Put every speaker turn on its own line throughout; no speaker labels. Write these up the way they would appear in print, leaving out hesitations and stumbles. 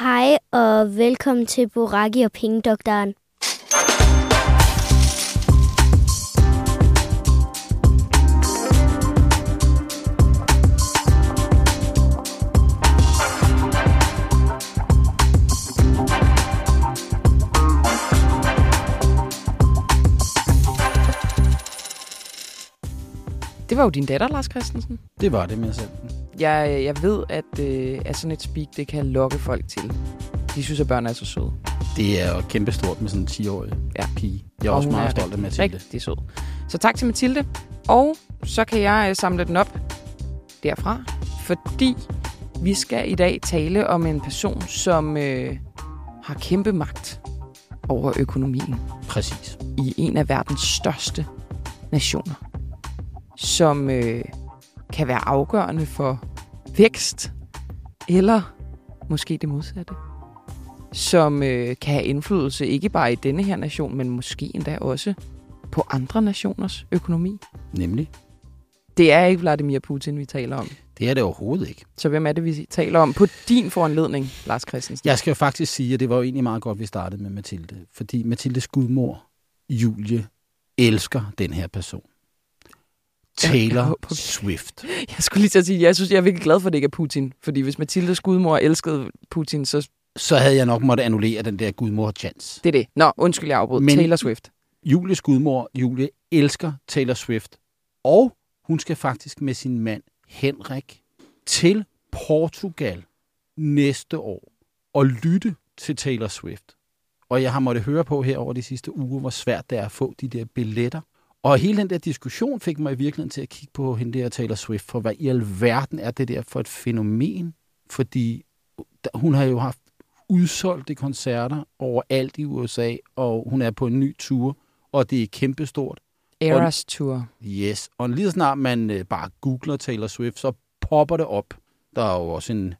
Hej og velkommen til Boraki og Pengedoktoren.
Det var jo din datter, Lars Christensen.
Det var det med selv.
Jeg ved, at sådan et speak, det kan lokke folk til. De synes, at børn er så søde.
Det er jo kæmpestort med sådan en 10-årig pige. Jeg er også meget stolt af Mathilde.
Rigtig sød. Så tak til Mathilde. Og så kan jeg samle den op derfra, fordi vi skal i dag tale om en person, som har kæmpe magt over økonomien.
Præcis.
I en af verdens største nationer. Som kan være afgørende for vækst, eller måske det modsatte. Som kan have indflydelse ikke bare i denne her nation, men måske endda også på andre nationers økonomi.
Nemlig?
Det er ikke Vladimir Putin, vi taler om.
Det er det overhovedet ikke.
Så hvem er det, vi taler om på din foranledning, Lars Christensen?
Jeg skal jo faktisk sige, at det var jo egentlig meget godt, vi startede med Mathilde. Fordi Mathildes gudmor, Julie, elsker den her person. Taylor Swift.
Jeg skulle lige til at sige, jeg synes, jeg er virkelig glad for, at det ikke er Putin. Fordi hvis Mathildes gudmor elskede Putin,
så havde jeg nok måtte annullere den der gudmor-chance.
Det er det. Nå, undskyld, jeg afbrød. Taylor Swift.
Julies gudmor, Julie, elsker Taylor Swift. Og hun skal faktisk med sin mand, Henrik, til Portugal næste år og lytte til Taylor Swift. Og jeg har måttet høre på her over de sidste uger, hvor svært det er at få de der billetter. Og hele den der diskussion fik mig i virkeligheden til at kigge på hende der Taylor Swift, for hvad i alverden er det der for et fænomen? Fordi hun har jo haft udsolgte koncerter overalt i USA, og hun er på en ny tur, og det er kæmpestort.
Eras Tour.
Yes, og lige så snart man bare googler Taylor Swift, så popper det op. Der er jo også en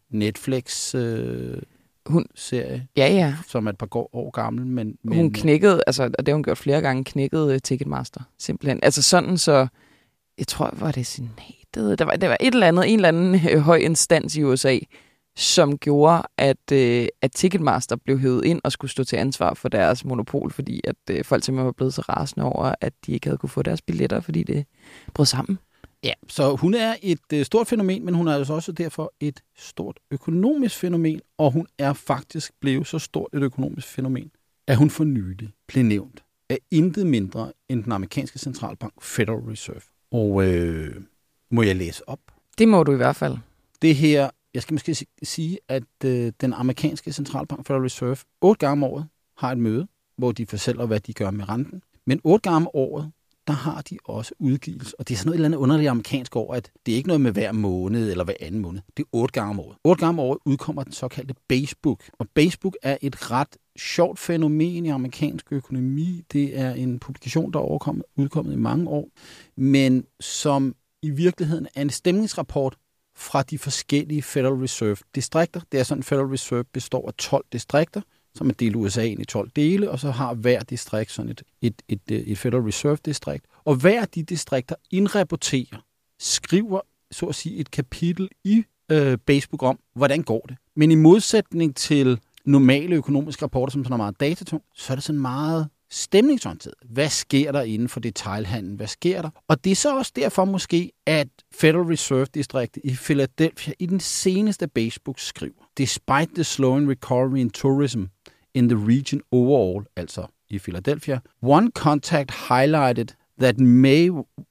Netflix-serie, som er et par år gammel. Men
hun knækkede, altså, og det har hun gjort flere gange, knækkede Ticketmaster, simpelthen. Altså sådan så, jeg tror, var det senatet? Der var en eller anden høj instans i USA, som gjorde, at Ticketmaster blev hævet ind og skulle stå til ansvar for deres monopol, fordi at folk simpelthen var blevet så rasende over, at de ikke havde kunne få deres billetter, fordi det brød sammen.
Ja, så hun er et stort fænomen, men hun er altså også derfor et stort økonomisk fænomen, og hun er faktisk blevet så stort et økonomisk fænomen, at hun for nylig blev nævnt af intet mindre end den amerikanske centralbank Federal Reserve. Og må jeg læse op?
Det må du i hvert fald.
Det her, jeg skal måske sige, at den amerikanske centralbank Federal Reserve 8 gange om året har et møde, hvor de fortæller, hvad de gør med renten. Men 8 gange om året, der har de også udgivelse. Og det er sådan noget eller andet underligt amerikansk over, at det er ikke noget med hver måned eller hver anden måned. Det er 8 gange om året. 8 gange om året udkommer den såkaldte Basebook. Og Basebook er et ret sjovt fænomen i amerikansk økonomi. Det er en publikation, der er udkommet i mange år, men som i virkeligheden er en stemningsrapport fra de forskellige Federal Reserve-distrikter. Det er sådan, at Federal Reserve består af 12 distrikter, som er delt USA ind i 12 dele, og så har hver distrikt sådan et Federal Reserve-distrikt. Og hver af de distrikter indrapporterer, skriver så at sige et kapitel i Basebook om, hvordan går det. Men i modsætning til normale økonomiske rapporter, som sådan er meget datatung, så er det sådan meget stemningsorienteret. Hvad sker der inden for detailhandlen? Hvad sker der? Og det er så også derfor måske, at Federal Reserve-distriktet i Philadelphia i den seneste Basebook skriver, despite the slowing recovery in tourism in the region overall, altså i Philadelphia, one contact highlighted that May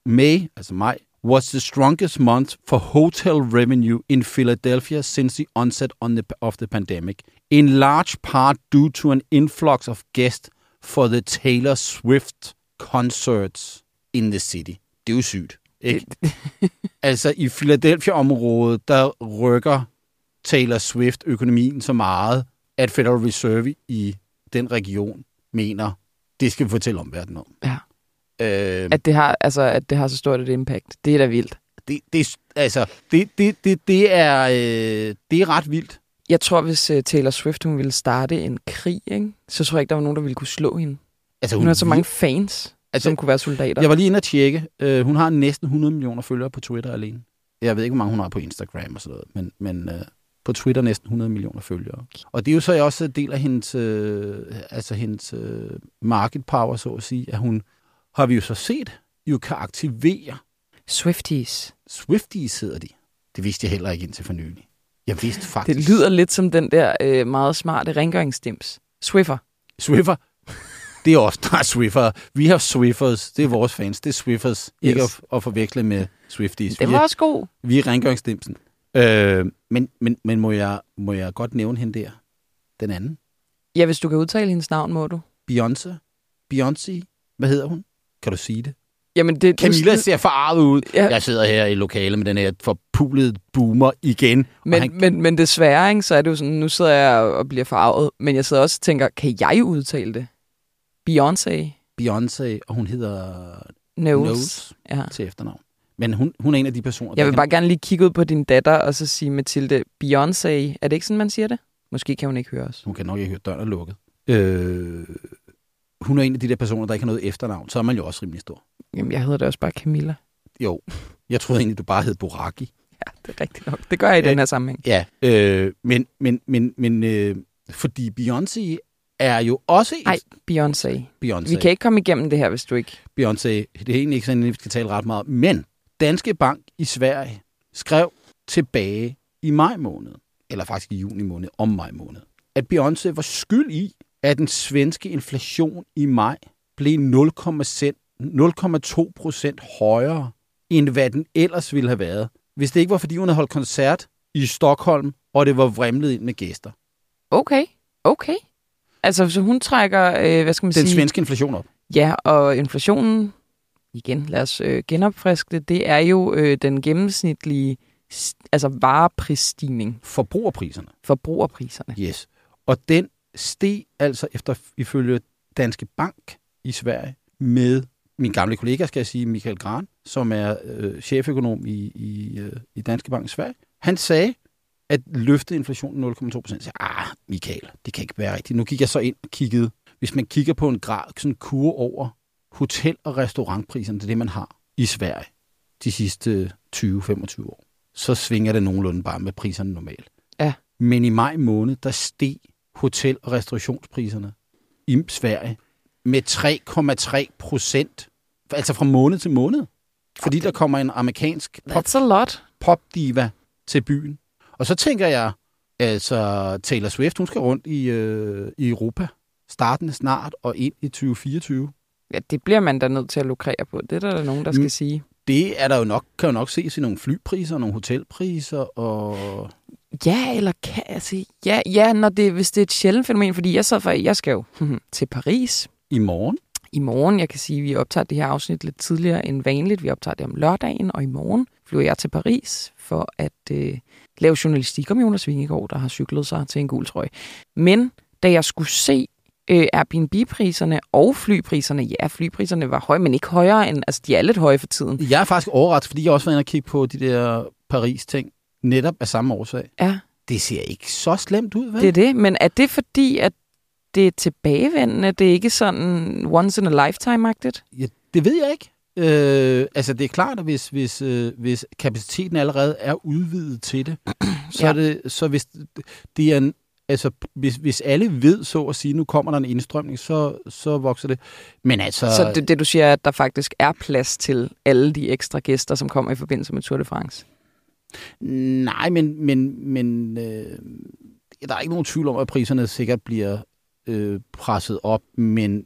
was the strongest month for hotel revenue in Philadelphia since the onset of the pandemic, in large part due to an influx of guests for the Taylor Swift concerts in the city. Det er jo sygt, ikke? Altså i Philadelphia-området, der rykker Taylor Swift økonomien så meget, at Federal Reserve i den region mener, det skal vi fortælle omverdenen om.
Ja. At det har så stort et impact. Det er da vildt.
Det er ret vildt.
Jeg tror, hvis Taylor Swift hun ville starte en krig, ikke, så tror jeg ikke, der var nogen, der ville kunne slå hende. Altså, hun har så mange fans, som kunne være soldater.
Jeg var lige inde at tjekke. Hun har næsten 100 millioner følgere på Twitter alene. Jeg ved ikke, hvor mange hun har på Instagram og sådan noget. Men På Twitter næsten 100 millioner følgere. Og det er jo så også en del af hendes market power, så at sige, at hun, har vi jo så set, jo kan aktivere.
Swifties.
Swifties hedder de. Det vidste jeg heller ikke indtil for nylig. Jeg vidste faktisk...
Det lyder lidt som den der meget smarte rengøringsdims. Swiffer.
Swiffer. Det er også, der er Swiffer. Vi har Swiffers. Det er vores fans. Det er Swiffers. Yes. Ikke at forveksle med Swifties.
Det var også god.
Vi er rengøringsdimsen. Men må jeg godt nævne hende der? Den anden?
Ja, hvis du kan udtale hendes navn, må du.
Beyoncé. Hvad hedder hun? Kan du sige det?
Jamen,
Camilla ser forarvet ud. Ja. Jeg sidder her i lokalet med den her forpulede boomer igen.
Men desværre, ikke, så er det jo sådan, nu sidder jeg og bliver forarvet, men jeg sidder også og tænker, kan jeg udtale det?
Beyoncé, og hun hedder
Knowles
til efternavn. Men hun er en af de personer...
Jeg vil bare gerne lige kigge ud på din datter, og så sige Mathilde, Beyoncé, er det ikke sådan, man siger det? Måske kan hun ikke høre os.
Hun kan nok ikke høre, døren er lukket. Hun er en af de der personer, der ikke har noget efternavn. Så er man jo også rimelig stor.
Jamen, jeg hedder det også bare Camilla.
Jo, jeg troede egentlig, du bare hed Boraki.
Ja, det er rigtigt nok. Det gør jeg i den her sammenhæng.
Ja, men fordi Beyoncé er jo også...
Beyoncé. Vi kan ikke komme igennem det her, hvis du ikke...
Beyoncé, det er egentlig ikke sådan, at vi skal tale ret meget. Men Danske Bank i Sverige skrev tilbage i maj måned, eller faktisk i juni måned, om maj måned, at Beyoncé var skyld i, at den svenske inflation i maj blev 0,2% højere, end hvad den ellers ville have været, hvis det ikke var, fordi hun havde holdt koncert i Stockholm, og det var vrimlet ind med gæster.
Okay. Altså, så hun trækker, hvad skal man sige...
Den svenske inflation op.
Ja, og inflationen, igen, lad os genopfriske det er jo den gennemsnitlige vareprisstigning. Forbrugerpriserne.
Yes. Og den steg altså ifølge Danske Bank i Sverige med min gamle kollega, skal jeg sige, Michael Gran, som er cheføkonom i Danske Bank i Sverige. Han sagde, at løfte inflationen 0,2%. Så Michael, det kan ikke være rigtigt. Nu gik jeg så ind og kiggede. Hvis man kigger på en sådan kurve over hotel- og restaurantpriserne, det er det, man har i Sverige de sidste 20-25 år, så svinger det nogenlunde bare med priserne normalt.
Ja.
Men i maj måned, der steg hotel- og restaurationspriserne i Sverige med 3,3%. Altså fra måned til måned. Fordi der kommer en amerikansk popdiva til byen. Og så tænker jeg, altså Taylor Swift, hun skal rundt i Europa, startende snart og ind i 2024.
Ja, det bliver man da nødt til at lukrere på. Det er der nogen, der skal sige.
Det er der jo nok, kan jo nok ses i nogle flypriser, nogle hotelpriser og...
Ja, eller hvis det er et sjældent fænomen, fordi jeg skal jo til Paris.
I morgen,
jeg kan sige, at vi optager det her afsnit lidt tidligere end vanligt. Vi optager det om lørdagen, og i morgen flyver jeg til Paris for at lave journalistik om Jonas Vingegaard, der har cyklet sig til en gul trøje. Men da jeg skulle se Airbnb-priserne og flypriserne, ja, flypriserne var høje, men ikke højere end, altså de er lidt høje for tiden.
Jeg er faktisk overrasket, fordi jeg også var inde og kigge på de der Paris-ting, netop af samme årsag.
Ja.
Det ser ikke så slemt ud, vel?
Det er det, men er det fordi, at det er tilbagevendende? Det er ikke sådan once in a lifetime-agtigt?
Ja, det ved jeg ikke. Altså, det er klart, at hvis kapaciteten allerede er udvidet til det, så er det, så hvis det er en, altså, hvis alle ved, så at sige, nu kommer der en indstrømning, så vokser det. Men altså...
Så det du siger, er, at der faktisk er plads til alle de ekstra gæster, som kommer i forbindelse med Tour de France?
Nej, men der er ikke nogen tvivl om, at priserne sikkert bliver presset op, men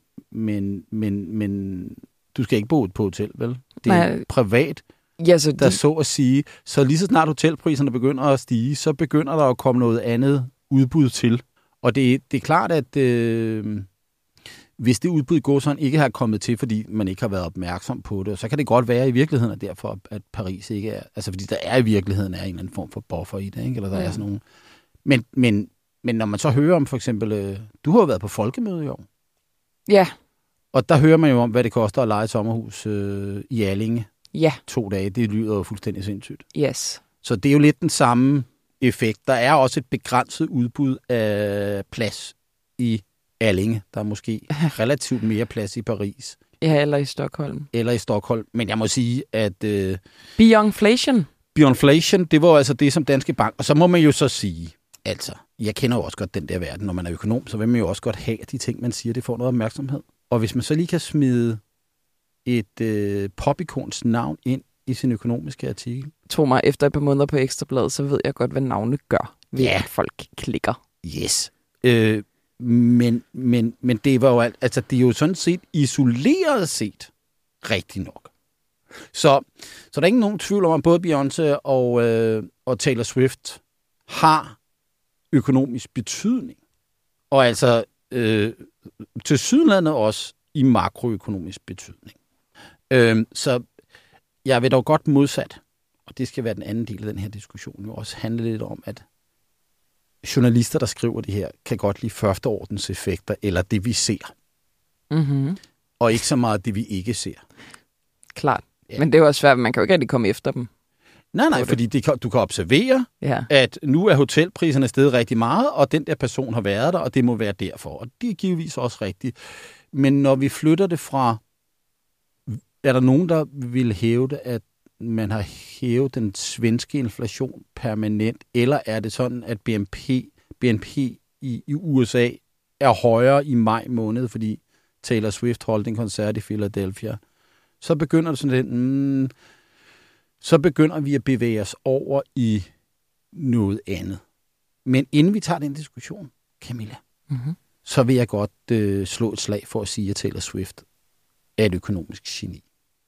du skal ikke bo på hotel, vel? Det er privat, så at sige. Så lige så snart hotelpriserne begynder at stige, så begynder der at komme noget andet udbud til. Og det er klart, at hvis det udbud går sådan ikke har kommet til, fordi man ikke har været opmærksom på det, så kan det godt være i virkeligheden, at derfor, at Paris ikke er... Altså, fordi der er i virkeligheden en eller anden form for buffer i det, ikke? Eller der er sådan nogle... Men når man så hører om for eksempel... Du har jo været på folkemøde i år.
Ja.
Og der hører man jo om, hvad det koster at leje et sommerhus i Allinge.
Ja.
2 dage. Det lyder jo fuldstændig sindssygt.
Yes.
Så det er jo lidt den samme effekt. Der er også et begrænset udbud af plads i Allinge. Der er måske relativt mere plads i Paris.
Ja, eller i Stockholm.
Men jeg må sige, at...
Beyondflation.
Beyondflation, det var altså det, som Danske Bank... Og så må man jo så sige, altså, jeg kender jo også godt den der verden, når man er økonom, så vil man jo også godt have, at de ting, man siger, det får noget opmærksomhed. Og hvis man så lige kan smide et popikons navn ind i sin økonomiske artikel.
Tro mig, efter et par måneder på Ekstrabladet, så ved jeg godt, hvad navne gør, ved at folk klikker.
Yes. Men det var jo altså det er jo sådan set isoleret set rigtig nok. Så der er ikke nogen tvivl om, at både Beyoncé og Taylor Swift har økonomisk betydning. Og altså tilsyneladende også i makroøkonomisk betydning. Så jeg vil dog godt modsat, og det skal være den anden del af den her diskussion, jo også handle lidt om, at journalister, der skriver det her, kan godt lide førsteordens effekter, eller det vi ser.
Mm-hmm.
Og ikke så meget det vi ikke ser.
Klart. Ja. Men det er jo også svært, man kan jo ikke rigtig komme efter dem.
Nej, fordi du kan observere, at nu er hotelpriserne steget rigtig meget, og den der person har været der, og det må være derfor. Og det er givetvis også rigtigt. Men når vi flytter det fra, er der nogen, der vil hævde, at man har hævet den svenske inflation permanent, eller er det sådan, at BNP i USA er højere i maj måned, fordi Taylor Swift holdt en koncert i Philadelphia? Så begynder det sådan så begynder vi at bevæge os over i noget andet. Men inden vi tager den diskussion, Camilla, så vil jeg godt slå et slag for at sige, at Taylor Swift er et økonomisk geni.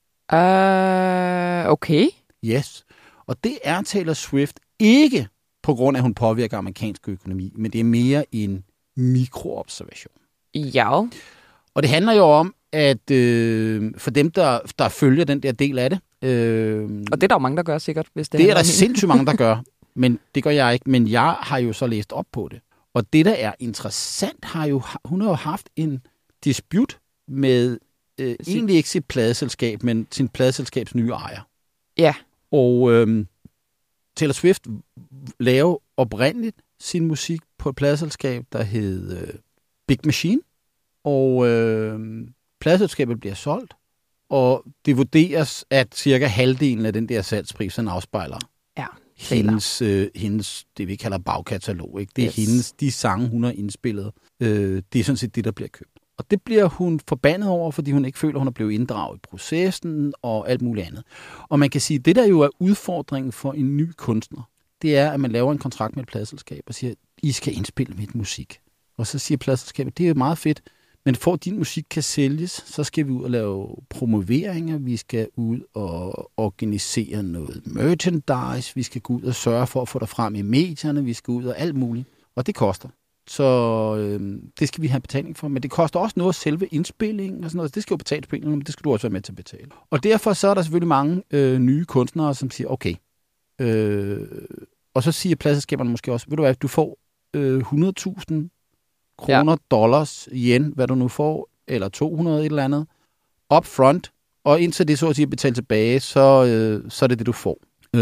Okay.
Yes. Og det er Taylor Swift ikke på grund af, at hun påvirker amerikansk økonomi, men det er mere en mikroobservation.
Ja.
Og det handler jo om, at for dem, der følger den der del af det...
og det er der jo mange, der gør sikkert. Hvis
det er der sindssygt mange, der gør, men det gør jeg ikke. Men jeg har jo så læst op på det. Og det, der er interessant, hun har jo haft en dispute med egentlig ikke sit pladeselskab, men sin pladeselskabs nye ejer.
Ja.
Og Taylor Swift lavede oprindeligt sin musik på et pladeselskab, der hed Big Machine. Og pladeselskabet bliver solgt, og det vurderes, at cirka halvdelen af den der salgspris, den afspejler hendes, det vi kalder bagkatalog. Ikke? Det er hendes, de sange, hun har indspillet. Det er sådan set det, der bliver købt. Og det bliver hun forbandet over, fordi hun ikke føler, hun er blevet inddraget i processen og alt muligt andet. Og man kan sige, at det der jo er udfordringen for en ny kunstner, det er, at man laver en kontrakt med et pladeselskab og siger, I skal indspille mit musik. Og så siger pladeselskabet, det er jo meget fedt, men for at din musik kan sælges, så skal vi ud og lave promoveringer, vi skal ud og organisere noget merchandise, vi skal gå ud og sørge for at få det frem i medierne, vi skal ud og alt muligt. Og det koster. Så det skal vi have betaling for. Men det koster også noget selve indspillingen og sådan noget. Det skal jo betales på en, men det skal du også være med til at betale. Og derfor så er der selvfølgelig mange nye kunstnere, som siger, okay. Og så siger pladsselskaberne måske også, ved du hvad, du får 100.000 kroner, dollars, yen, hvad du nu får, eller 200 et eller andet, up front, og indtil det så at sige betalt tilbage, så er det det, du får.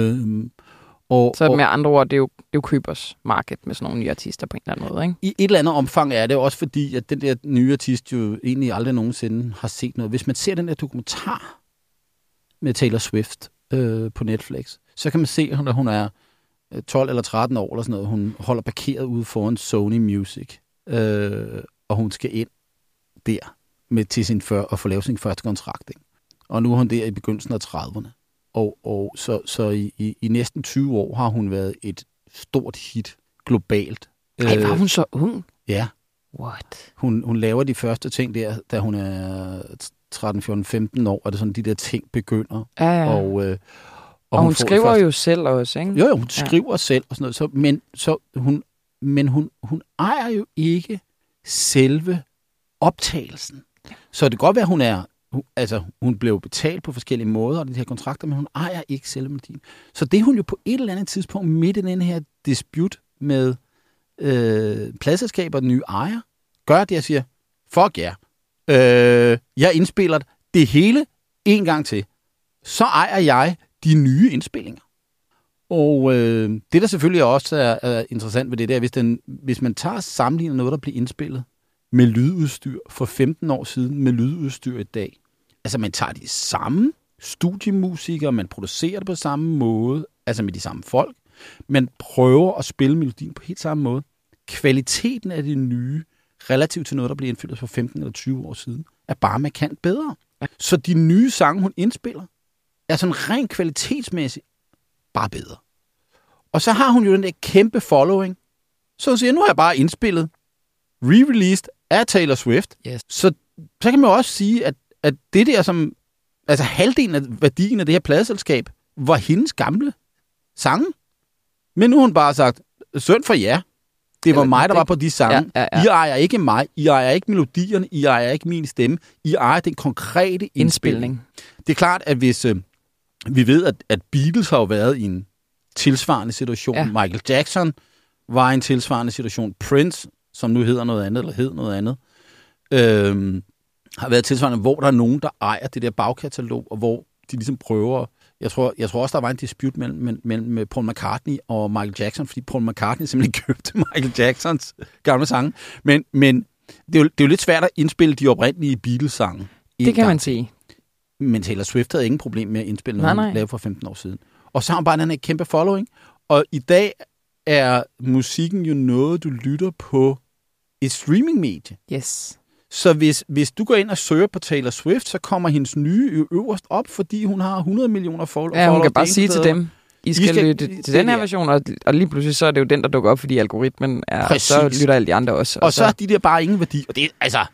Så med andre ord, det er jo købers marked med sådan nogle nye artister på en eller anden måde, ikke?
I et eller andet omfang er det også fordi, at den der nye artist jo egentlig aldrig nogensinde har set noget. Hvis man ser den der dokumentar med Taylor Swift på Netflix, så kan man se, at hun er 12 eller 13 år eller sådan noget. Hun holder parkeret ude foran Sony Music, og hun skal ind der til og få lavet sin første kontrakt. Ikke? Og nu er hun der i begyndelsen af 30'erne. Og så i næsten 20 år har hun været et stort hit globalt.
Ej, var hun så ung?
Ja.
What?
Hun laver de første ting der, da hun er 13, 14, 15 år, og det sådan, de der ting begynder.
Ja. Og hun skriver jo selv også, ikke?
Jo, hun skriver selv og sådan noget. Men hun ejer jo ikke selve optagelsen. Så det kan godt være, hun blev betalt på forskellige måder af de her kontrakter, men hun ejer ikke selve melodien. Så det hun jo på et eller andet tidspunkt midt i den her dispute med pladsselskaber og den nye ejer, gør det, jeg siger, fuck ja, jeg indspiller det hele en gang til. Så ejer jeg de nye indspillinger. Og det, der selvfølgelig også er interessant ved det, det er, hvis man tager og sammenligner noget, der bliver indspillet med lydudstyr for 15 år siden med lydudstyr i dag. Altså, man tager de samme studiemusikere, man producerer det på samme måde, altså med de samme folk, men prøver at spille melodien på helt samme måde. Kvaliteten af det nye, relativt til noget, der blev indfødt for 15 eller 20 år siden, er bare markant bedre. Så de nye sange, hun indspiller, er sådan rent kvalitetsmæssigt bare bedre. Og så har hun jo den der kæmpe following, så hun siger, nu har jeg bare indspillet, re-released af Taylor Swift.
Yes.
Så kan man jo også sige, at det der som, altså halvdelen af værdien af det her pladeselskab, var hendes gamle sange. Men nu har hun bare sagt, synd for jer. Det var mig, der var på de sange. Ja. I ejer ikke mig. I ejer ikke melodierne. I ejer ikke min stemme. I ejer den konkrete indspilning. Det er klart, at hvis vi ved, at Beatles har jo været i en tilsvarende situation. Ja. Michael Jackson var i en tilsvarende situation. Prince, som nu hedder noget andet, eller hed noget andet, har været tilsvarende, hvor der er nogen, der ejer det der bagkatalog, og hvor de ligesom prøver. Jeg tror også, der var en dispute mellem Paul McCartney og Michael Jackson, fordi Paul McCartney simpelthen købte Michael Jacksons gamle sange. Men det er jo lidt svært at indspille de oprindelige Beatles-sange.
Det kan man sige.
Men Taylor Swift havde ingen problem med at indspille noget, hun lavede for 15 år siden. Og så har hun bare den her kæmpe following. Og i dag er musikken jo noget, du lytter på et streaming-medie.
Yes.
Så hvis du går ind og søger på Taylor Swift, så kommer hendes nye øverst op, fordi hun har 100 millioner followers.
Ja, hun kan bare sige til dem, I skal lytte til den her version, og lige pludselig så er det jo den, der dukker op, fordi algoritmen er, og så lytter alle de andre også.
Og så har de der bare ingen værdi. Og det er, altså,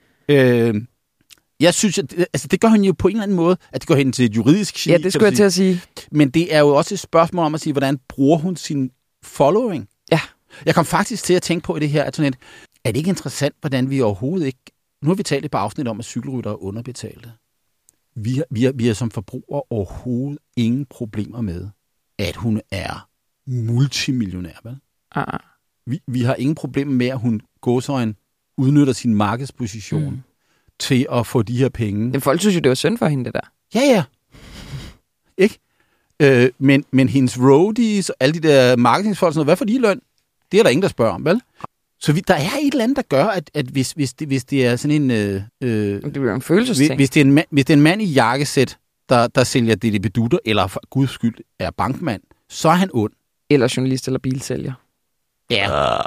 jeg synes, det gør hende jo på en eller anden måde, at det går hen til et juridisk geni.
Ja, det skulle jeg til at sige.
Men det er jo også et spørgsmål om at sige, hvordan bruger hun sin following? Ja. Jeg kom faktisk til at tænke på i det her, at sådan er det ikke interessant, hvordan vi overhovedet ikke... Nu har vi talt et par afsnit om, at cykelryttere er underbetalte. Vi har som forbrugere overhovedet ingen problemer med, at hun er multimillionær, vel? Vi har ingen problemer med, at hun gåsøjne udnytter sin markedsposition til at få de her penge.
Men folk synes jo, det var synd for hende, det der.
Ja. Ikke? Men hendes roadies og alle de der marketingsfolk, hvad får de løn? Det er der ingen, der spørger om, vel? Så der er et eller andet, der gør, at hvis det er sådan en... det
bliver en følelsesting.
Hvis det er en mand i jakkesæt, der sælger DD-bedutter, eller for guds skyld er bankmand, så er han ond.
Eller journalist eller bilsælger.
Ja.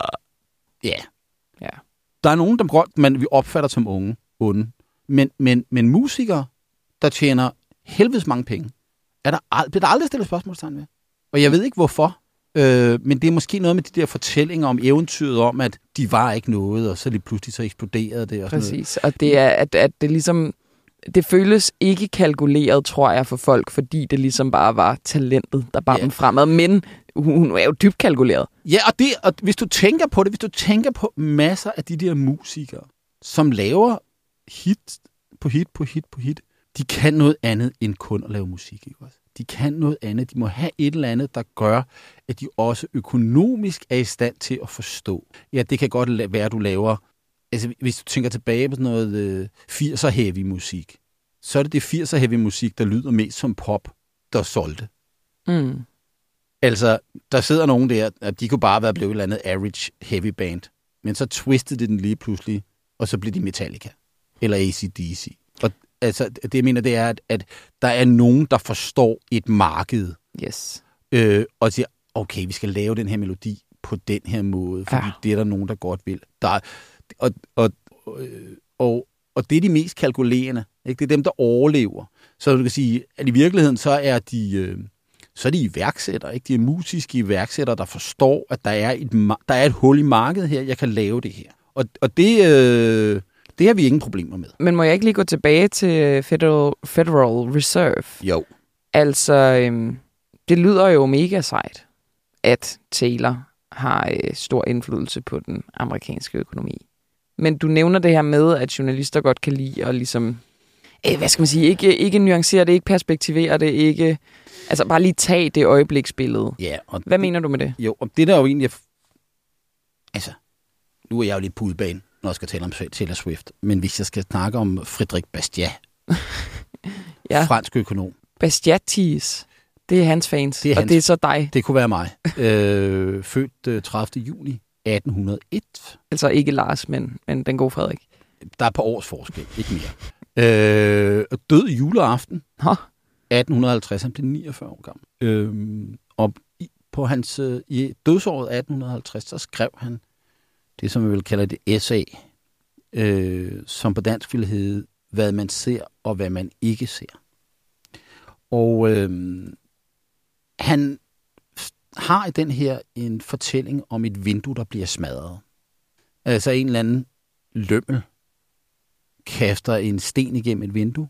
Der er nogen, vi opfatter som onde. Men musikere, der tjener helvedes mange penge, bliver der aldrig stillet spørgsmålstegn ved. Og jeg ved ikke, hvorfor. Men det er måske noget med de der fortællinger om eventyret om, at de var ikke noget, og så lige pludselig så eksploderede det. Og
præcis, sådan og det er, at det ligesom, det føles ikke kalkuleret, tror jeg, for folk, fordi det ligesom bare var talentet, der bar dem fremad, men hun er jo dybt kalkuleret. Ja,
og hvis du tænker på masser af de der musikere, som laver hit på hit, de kan noget andet end kun at lave musik, ikke også? De kan noget andet. De må have et eller andet, der gør, at de også økonomisk er i stand til at forstå. Ja, det kan godt være, at du laver... Altså, hvis du tænker tilbage på sådan noget 80'er heavy musik, så er det 80'er heavy musik, der lyder mest som pop, der solgte. Altså, der sidder nogen der, at de kunne bare være blevet et eller andet average heavy band, men så twistede det den lige pludselig, og så blev de Metallica eller AC/DC. Og altså, det jeg mener, det er, at der er nogen, der forstår et marked.
Yes.
Og siger, okay, vi skal lave den her melodi på den her måde, fordi det er der nogen, der godt vil. Og det er de mest kalkulerende. Ikke? Det er dem, der overlever. Så du kan sige, at i virkeligheden, så er de iværksættere. Ikke? De er musiske iværksættere, der forstår, at der er et hul i markedet her, jeg kan lave det her. Og det har vi ingen problemer med.
Men må jeg ikke lige gå tilbage til Federal Reserve?
Jo.
Altså, det lyder jo mega sejt, at Taylor har stor indflydelse på den amerikanske økonomi. Men du nævner det her med, at journalister godt kan lide at ligesom, hvad skal man sige, ikke nuancere det, ikke perspektivere det, ikke, altså bare lige tage det øjebliksbillede.
Ja.
Hvad mener du med det?
Jo, og det der jo egentlig, altså, nu er jeg jo lidt på udebane, når jeg skal tale om Taylor Swift, men hvis jeg skal snakke om Frédéric Bastiat, fransk økonom.
Bastiatis, det er hans fans, det er så dig.
Det kunne være mig. Født 30. juni 1801.
Altså ikke Lars, men den gode Frederik.
Der er et par års forskel, ikke mere. Død juleaften 1850, han blev 49 år gammel. Og på hans i dødsåret 1850, så skrev han det, som vi vil kalde det essay, som på dansk ville hedde, hvad man ser og hvad man ikke ser. Og han har i den her en fortælling om et vindue, der bliver smadret. Altså en eller anden lømmel kaster en sten igennem et vindue,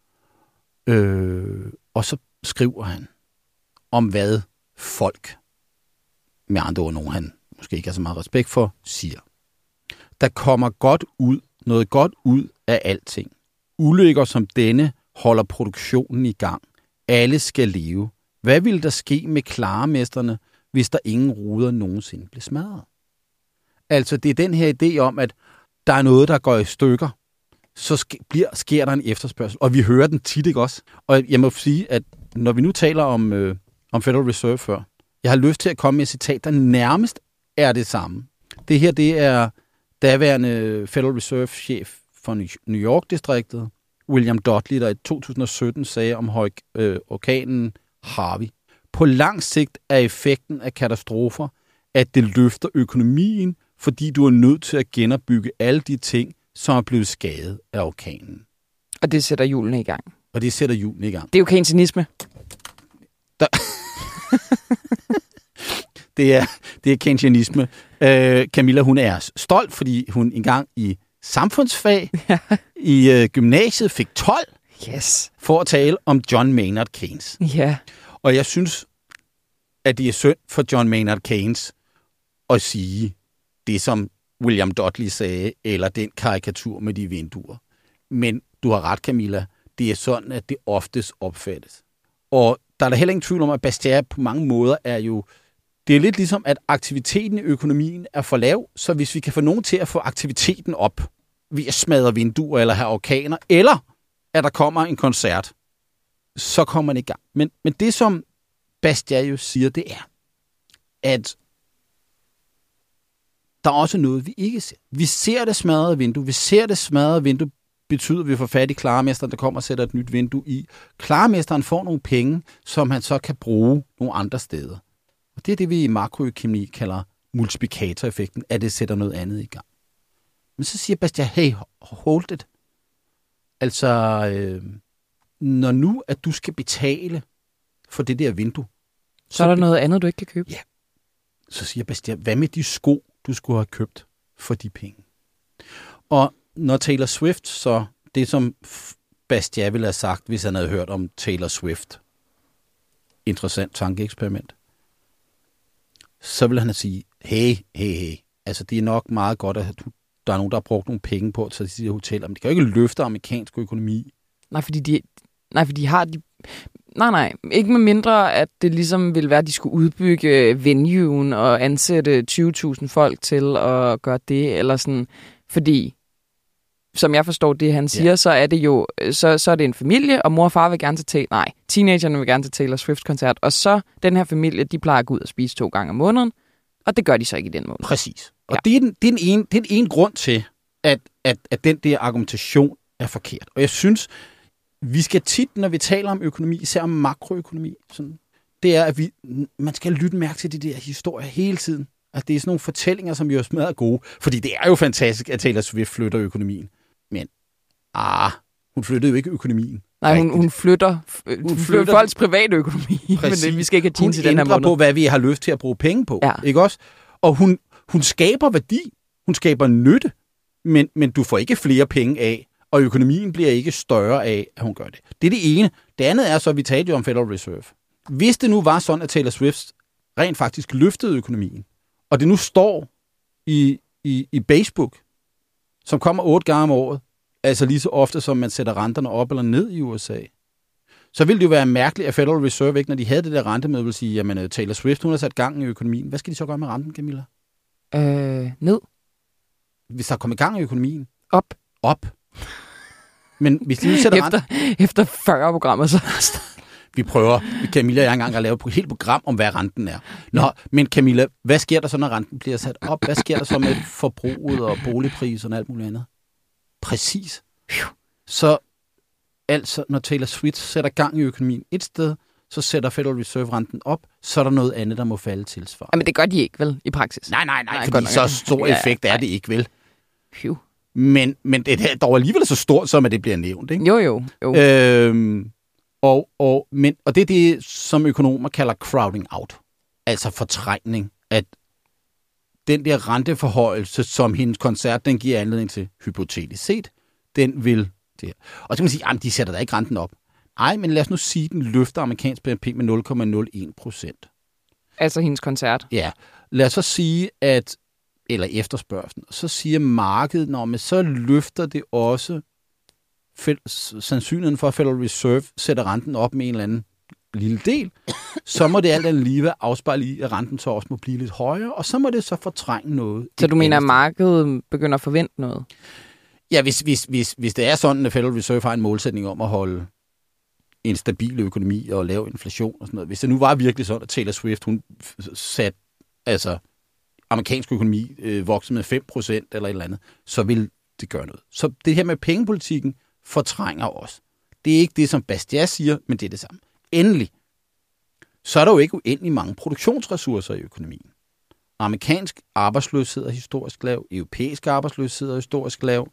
og så skriver han om, hvad folk, med andre ord nogen han måske ikke har så meget respekt for, siger. Der kommer noget godt ud af alting. Ulykker som denne holder produktionen i gang. Alle skal leve. Hvad ville der ske med klaremesterne, hvis der ingen ruder nogensinde blev smadret? Altså, det er den her idé om, at der er noget, der går i stykker, så sker der en efterspørgsel. Og vi hører den tit, ikke også? Og jeg må sige, at når vi nu taler om Federal Reserve før, jeg har lyst til at komme med et citat, der nærmest er det samme. Det her, det er daværende Federal Reserve-chef for New York-distriktet, William Dudley, der i 2017 sagde om orkanen Harvey. På lang sigt er effekten af katastrofer, at det løfter økonomien, fordi du er nødt til at genopbygge alle de ting, som er blevet skadet af orkanen.
Og det sætter hjulene i gang.
Det
er jo keynesianisme.
Det er keynesianisme. Camilla, hun er stolt, fordi hun engang i samfundsfag i gymnasiet fik 12 for at tale om John Maynard Keynes.
Ja.
Og jeg synes, at det er synd for John Maynard Keynes at sige det, som William Dudley sagde, eller den karikatur med de vinduer. Men du har ret, Camilla. Det er sådan, at det oftest opfattes. Og der er da heller ingen tvivl om, at Bastiat på mange måder er jo... Det er lidt ligesom, at aktiviteten i økonomien er for lav, så hvis vi kan få nogen til at få aktiviteten op, ved at smadre vinduer eller have orkaner, eller at der kommer en koncert, så kommer man i gang. Men det, som Bastiat jo siger, det er, at der er også noget, vi ikke ser. Vi ser det smadrede vindue. Betyder, at vi får fat i klaremesteren, der kommer og sætter et nyt vindue i. Klaremesteren får nogle penge, som han så kan bruge nogle andre steder. Og det er det, vi i makroøkonomi kalder multiplikatoreffekten, at det sætter noget andet i gang. Men så siger Bastiat, hey, hold it. Altså, når nu, at du skal betale for det der vindue,
så er der noget andet, du ikke kan købe.
Ja. Så siger Bastiat, hvad med de sko, du skulle have købt for de penge? Og når Taylor Swift, så det som Bastiat ville have sagt, hvis han havde hørt om Taylor Swift, interessant tankeeksperiment, så vil han sige, hey, altså det er nok meget godt, at der er nogen, der har brugt nogle penge på at tage de her hoteller, men det kan jo ikke løfte amerikansk økonomi.
Nej, ikke med mindre, at det ligesom ville være, at de skulle udbygge venuen og ansætte 20.000 folk til at gøre det, eller sådan, fordi, som jeg forstår det, han siger, så er det jo, så er det en familie, og mor og far vil gerne til teenagerne vil gerne til Taylor Swift-koncert, og så den her familie, de plejer at gå ud og spise 2 gange om måneden, og det gør de så ikke i den måned.
Præcis. Og det er den ene grund til, at den der argumentation er forkert. Og jeg synes, vi skal tit, når vi taler om økonomi, især om makroøkonomi, sådan, det er, at man skal lytte mærke til de der historier hele tiden. At det er sådan nogle fortællinger, som jo er smadret gode. Fordi det er jo fantastisk, at Taylor Swift flytter økonomien. Men, hun flyttede jo ikke økonomien.
Nej, hun flytter folks private økonomi. Præcis. Men vi skal ikke have tid til den her måned.
Hun ændrer på, hvad vi har lyst til at bruge penge på. Ja. Ikke også? Og hun skaber værdi. Hun skaber nytte. Men du får ikke flere penge af, og økonomien bliver ikke større af, at hun gør det. Det er det ene. Det andet er så, at vi talte jo om Federal Reserve. Hvis det nu var sådan, at Taylor Swift rent faktisk løftede økonomien, og det nu står i Facebook, som kommer 8 gange om året, altså lige så ofte, som man sætter renterne op eller ned i USA, så ville det jo være mærkeligt, at Federal Reserve ikke, når de havde det der rentemøde, vil sige, jamen Taylor Swift, hun har sat gang i økonomien. Hvad skal de så gøre med renten, Camilla?
Ned.
Hvis der kommer gang i økonomien?
Op.
Men hvis de nu sætter
efter 40 programmer, så...
Vi prøver, Camilla og jeg engang at lave et helt program om, hvad renten er. Nå, men Camilla, hvad sker der så, når renten bliver sat op? Hvad sker der så med forbruget og boligpriserne og alt muligt andet? Præcis. Så altså, når Taylor Swift sætter gang i økonomien et sted, så sætter Federal Reserve renten op, så er der noget andet, der må falde tilsvarende.
Men det gør de ikke, vel, i praksis?
Nej, fordi så stor effekt er det ikke, vel?
Phew.
Men det er dog alligevel så stort, som at det bliver nævnt, ikke?
Jo.
Og det er det, som økonomer kalder crowding out. Altså fortrængning. At den der renteforhøjelse, som hendes koncert, den giver anledning til hypotetisk set, den vil det. Og så kan man sige, at de sætter da ikke renten op. Nej, men lad os nu sige, at den løfter amerikansk BNP med 0,01%.
Altså hendes koncert?
Ja. Lad os så sige, eller efterspørgslen, så siger markedet, men så løfter det også sandsynligheden for, at Federal Reserve sætter renten op med en eller anden lille del, så må det alt andet lige være afspejlet i, at renten så også må blive lidt højere, og så må det så fortrænge noget.
Så du mener, at markedet begynder at forvente noget?
Ja, hvis det er sådan, at Federal Reserve har en målsætning om at holde en stabil økonomi og lave inflation og sådan noget. Hvis det nu var virkelig sådan, at Taylor Swift, hun satte amerikansk økonomi voksede med 5% eller et eller andet, så vil det gøre noget. Så det her med pengepolitikken fortrænger os. Det er ikke det, som Bastiat siger, men det er det samme. Endelig, så er der jo ikke uendelig mange produktionsressourcer i økonomien. Amerikansk arbejdsløshed er historisk lav, europæisk arbejdsløshed er historisk lav.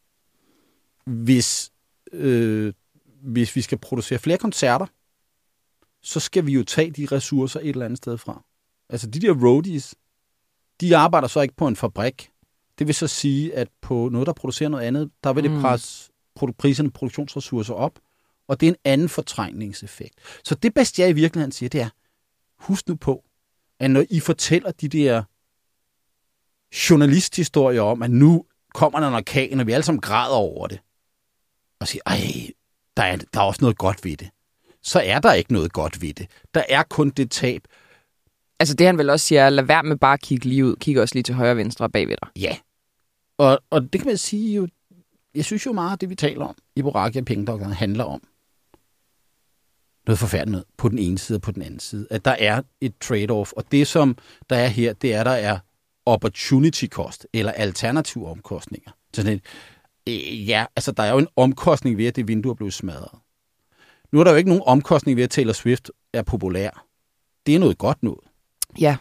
Hvis vi skal producere flere koncerter, så skal vi jo tage de ressourcer et eller andet sted fra. Altså de der roadies, de arbejder så ikke på en fabrik. Det vil så sige, at på noget, der producerer noget andet, der vil det presse priserne på produktionsressourcer op, og det er en anden fortrængningseffekt. Så det Bastiat i virkeligheden siger, det er, husk nu på, at når I fortæller de der journalisthistorier om, at nu kommer der en orkan, og vi alle sammen græder over det, og siger, der er også noget godt ved det, så er der ikke noget godt ved det. Der er kun det tab.
Altså det han vel også siger, lad være med bare at kigge lige ud, kig også lige til højre og venstre og bagved dig.
Ja, og det kan man sige jo, jeg synes jo meget, at det vi taler om i Boraghi og Pengedokterne handler om noget forfærdeligt noget på den ene side og på den anden side. At der er et trade-off, og det som der er her, det er, der er opportunity cost, eller alternative omkostninger. Så altså der er jo en omkostning ved, at det vindue er blevet smadret. Nu er der jo ikke nogen omkostning ved, at Taylor Swift er populær. Det er noget godt noget.
Ja.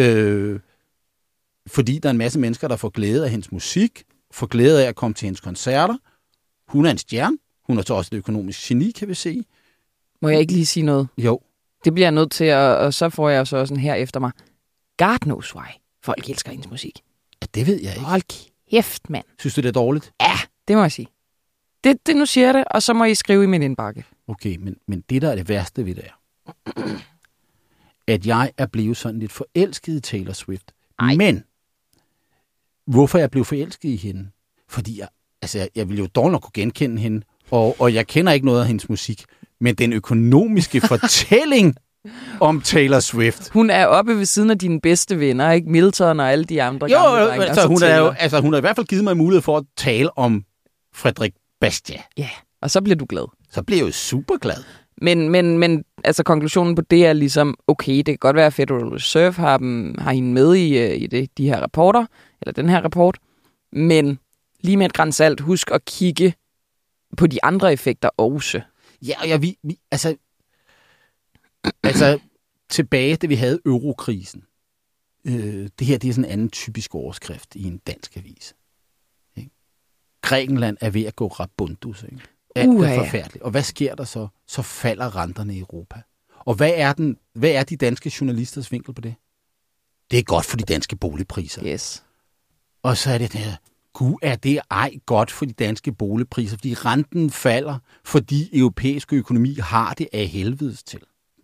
Fordi der er en masse mennesker, der får glæde af hendes musik, får glæde af at komme til hendes koncerter. Hun er en stjerne. Hun er så også et økonomisk geni, kan vi se.
Må jeg ikke lige sige noget?
Jo.
Det bliver jeg nødt til, og så får jeg så også her efter mig. God knows why. Folk elsker hendes musik.
Ja, det ved jeg ikke.
Hold kæft, mand.
Synes du, det er dårligt?
Ja, det må jeg sige. Det nu siger jeg det, og så må I skrive i min indbakke.
Okay, men det, der er det værste ved det er, at jeg er blevet sådan lidt forelsket i Taylor Swift. Ej. Men hvorfor jeg blev forelsket i hende? Fordi jeg ville jo dårligt nok kunne genkende hende, og jeg kender ikke noget af hendes musik. Men den økonomiske fortælling om Taylor Swift.
Hun er oppe ved siden af dine bedste venner, ikke? Milton og alle de andre gamle drenge.
Altså, hun har i hvert fald givet mig mulighed for at tale om Frédéric Bastiat.
Ja, og så bliver du glad.
Så bliver jeg jo super glad.
Men altså konklusionen på det er ligesom, okay, det kan godt være, at Federal Reserve har hende med i de her rapporter, eller den her rapport, men lige med et gran salt, husk at kigge på de andre effekter også.
Ja, og altså tilbage, da vi havde eurokrisen. Det her, det er sådan en anden typisk overskrift i en dansk avis. Ikke? Grækenland er ved at gå rabundus, ikke? Alt er forfærdeligt. Og hvad sker der så? Så falder renterne i Europa. Og hvad er de danske journalisters vinkel på det? Det er godt for de danske boligpriser.
Yes.
Og så er det der, gud, er det godt for de danske boligpriser, fordi renten falder, fordi europæisk økonomi har det af helvedes til.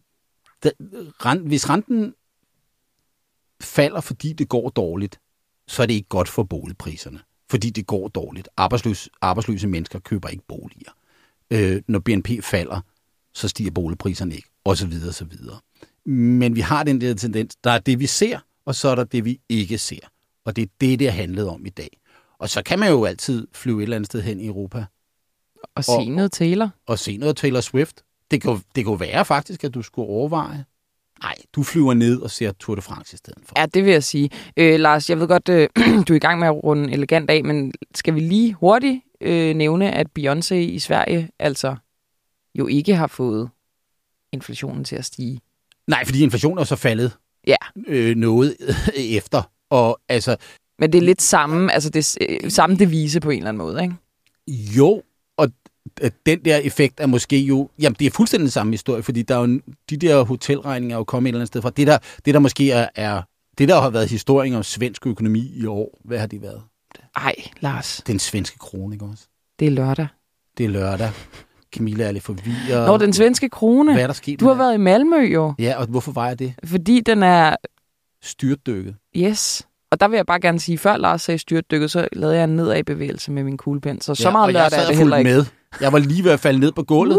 Hvis renten falder, fordi det går dårligt, så er det ikke godt for boligpriserne, fordi det går dårligt. Arbejdsløse mennesker køber ikke boliger. Når BNP falder, så stiger boligpriserne ikke, og så videre, så videre. Men vi har den der tendens, der er det, vi ser, og så er der det, vi ikke ser. Og det er det har handlet om i dag. Og så kan man jo altid flyve et eller andet sted hen i Europa.
Og se noget Taylor.
Og se noget Taylor Swift. Det kunne være faktisk, at du skulle overveje. Nej, du flyver ned og ser Tour de France i stedet for.
Ja, det vil jeg sige. Lars, jeg ved godt, du er i gang med at runde elegant af, men skal vi lige hurtigt nævne, at Beyoncé i Sverige altså jo ikke har fået inflationen til at stige.
Nej, fordi inflationen er så faldet noget efter. Og altså...
Men det er lidt samme, altså det samme devise på en eller anden måde, ikke?
Jo, og den der effekt er måske jo... Jamen, det er fuldstændig samme historie, fordi der er jo, de der hotelregninger er jo kommet et eller andet sted fra. Det der måske er... Det der har været historien om svensk økonomi i år, hvad har det været?
Ej, Lars.
Den svenske krone, ikke også?
Det er lørdag.
Det er lørdag. Camilla er lidt forvirret.
Nå, den svenske krone.
Hvad er der sket?
Du har været i Malmø, jo.
Ja, og hvorfor var jeg det?
Fordi den er...
Styrtdykket.
Yes. Og der vil jeg bare gerne sige, før Lars sagde styrtdykket, så lavede jeg en nedad bevægelse med min kuglepen. Så meget lørdag er det heller ikke.
Med. Jeg var lige ved at falde ned på gulvet.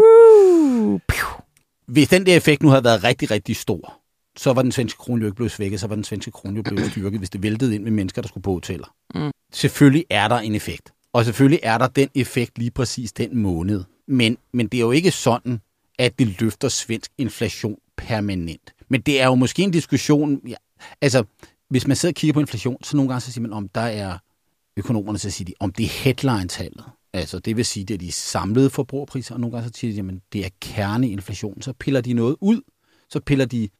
Hvis den der effekt nu havde været rigtig, rigtig stor, så var den svenske krone jo ikke blevet svækket, så var den svenske krone jo blevet styrket, hvis det væltede ind med mennesker, der skulle på hoteller. Selvfølgelig er der en effekt. Og selvfølgelig er der den effekt lige præcis den måned. Men det er jo ikke sådan, at det løfter svensk inflation permanent. Men det er jo måske en diskussion... Ja, altså, hvis man sidder og kigger på inflation, så nogle gange så siger man, om der er økonomerne, så siger de, om det er headline-tallet. Altså, det vil sige, det er de samlede forbrugerpriser, og nogle gange så siger de, jamen, det er kerneinflation. Så piller de noget ud. Så piller de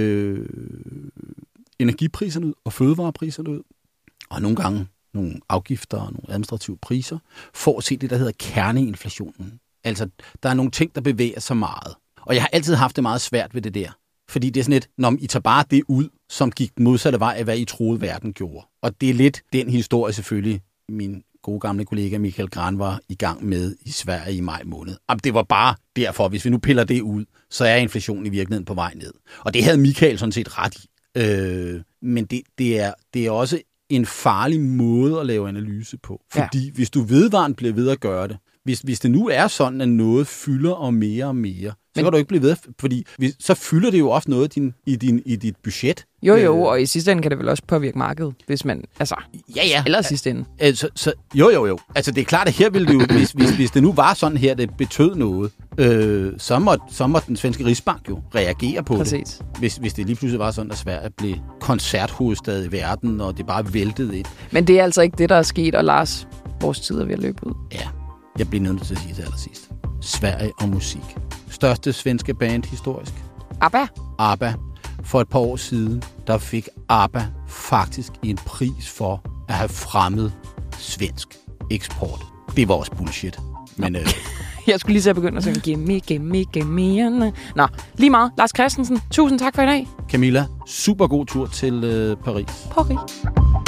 energipriserne ud og fødevarepriserne ud. Og nogle gange nogle afgifter og nogle administrative priser, for at se det, der hedder kerneinflationen. Altså, der er nogle ting, der bevæger sig meget. Og jeg har altid haft det meget svært ved det der. Fordi det er sådan et, når I tager bare det ud, som gik den modsatte vej af, hvad I troede, verden gjorde. Og det er lidt den historie selvfølgelig, min gode gamle kollega Michael Gran var i gang med i Sverige i maj måned. Og det var bare derfor, hvis vi nu piller det ud, så er inflationen i virkeligheden på vej ned. Og det havde Michael sådan set ret i. Men det er også en farlig måde at lave analyse på. Fordi hvis du vedvarende bliver ved at gøre det, hvis det nu er sådan, at noget fylder og mere, så kan du ikke blive ved, fordi så fylder det jo ofte noget i dit budget.
Jo, og i sidste ende kan det vel også påvirke markedet, hvis man, altså...
Ja.
Eller i sidste ende.
Jo. Altså, det er klart, at her ville det jo, hvis det nu var sådan her, det betød noget, så må den svenske Rigsbank jo reagere på det. Hvis det lige pludselig var sådan, at Sverige blev koncerthovedstad i verden, og det bare væltede ind.
Men det er altså ikke det, der er sket, og Lars, vores tid er ved at løbe ud.
Ja, jeg bliver nødt til at sige det allersidst. Sverige og musik. Største svenske band historisk. ABBA. For et par år siden, der fik ABBA faktisk en pris for at have fremmet svensk eksport. Det var også bullshit. Men,
jeg skulle lige så begynde at sige, gimme. Nå, lige meget. Lars Christensen, tusind tak for i dag.
Camilla, super god tur til Paris.
Paris.